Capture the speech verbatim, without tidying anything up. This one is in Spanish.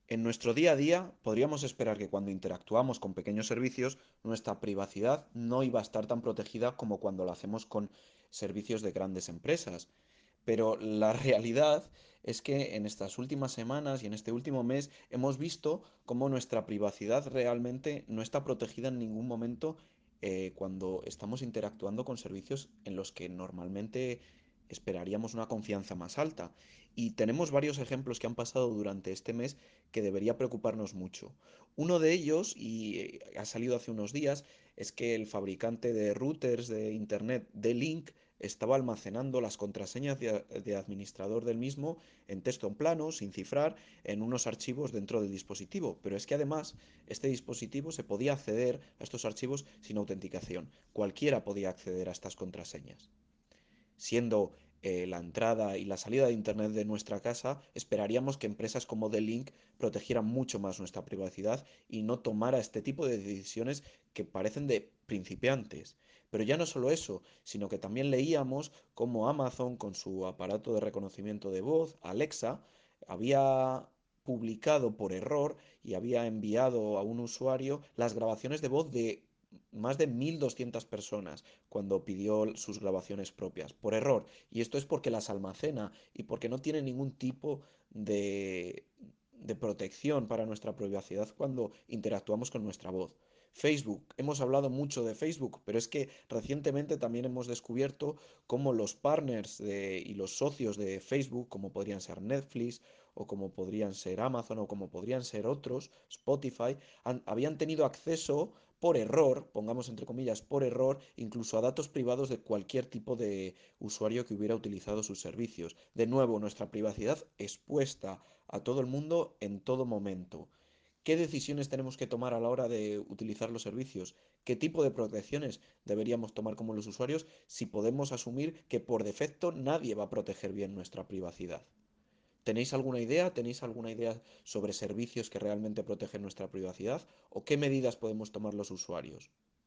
En nuestro día a día podríamos esperar que cuando interactuamos con pequeños servicios, nuestra privacidad no iba a estar tan protegida como cuando lo hacemos con servicios de grandes empresas. Pero la realidad es que en estas últimas semanas y en este último mes hemos visto cómo nuestra privacidad realmente no está protegida en ningún momento eh, cuando estamos interactuando con servicios en los que normalmente esperaríamos una confianza más alta. Y tenemos varios ejemplos que han pasado durante este mes que debería preocuparnos mucho. Uno de ellos, y eh, ha salido hace unos días, es que el fabricante de routers de Internet D-Link estaba almacenando las contraseñas de, de, administrador del mismo en texto en plano, sin cifrar, en unos archivos dentro del dispositivo. Pero es que además este dispositivo se podía acceder a estos archivos sin autenticación. Cualquiera podía acceder a estas contraseñas. Siendo eh, la entrada y la salida de Internet de nuestra casa, esperaríamos que empresas como D-Link protegieran mucho más nuestra privacidad y no tomara este tipo de decisiones que parecen de principiantes. Pero ya no solo eso, sino que también leíamos cómo Amazon, con su aparato de reconocimiento de voz, Alexa, había publicado por error y había enviado a un usuario las grabaciones de voz de más de mil doscientas personas cuando pidió sus grabaciones propias, por error. Y esto es porque las almacena y porque no tiene ningún tipo de, de protección para nuestra privacidad cuando interactuamos con nuestra voz. Facebook, hemos hablado mucho de Facebook, pero es que recientemente también hemos descubierto cómo los partners de, y los socios de Facebook, como podrían ser Netflix o como podrían ser Amazon o como podrían ser otros, Spotify, han, habían tenido acceso por error, pongamos entre comillas, por error, incluso a datos privados de cualquier tipo de usuario que hubiera utilizado sus servicios. De nuevo, nuestra privacidad expuesta a todo el mundo en todo momento. ¿Qué decisiones tenemos que tomar a la hora de utilizar los servicios? ¿Qué tipo de protecciones deberíamos tomar como los usuarios si podemos asumir que por defecto nadie va a proteger bien nuestra privacidad? ¿Tenéis alguna idea? ¿Tenéis alguna idea sobre servicios que realmente protegen nuestra privacidad? ¿O qué medidas podemos tomar los usuarios?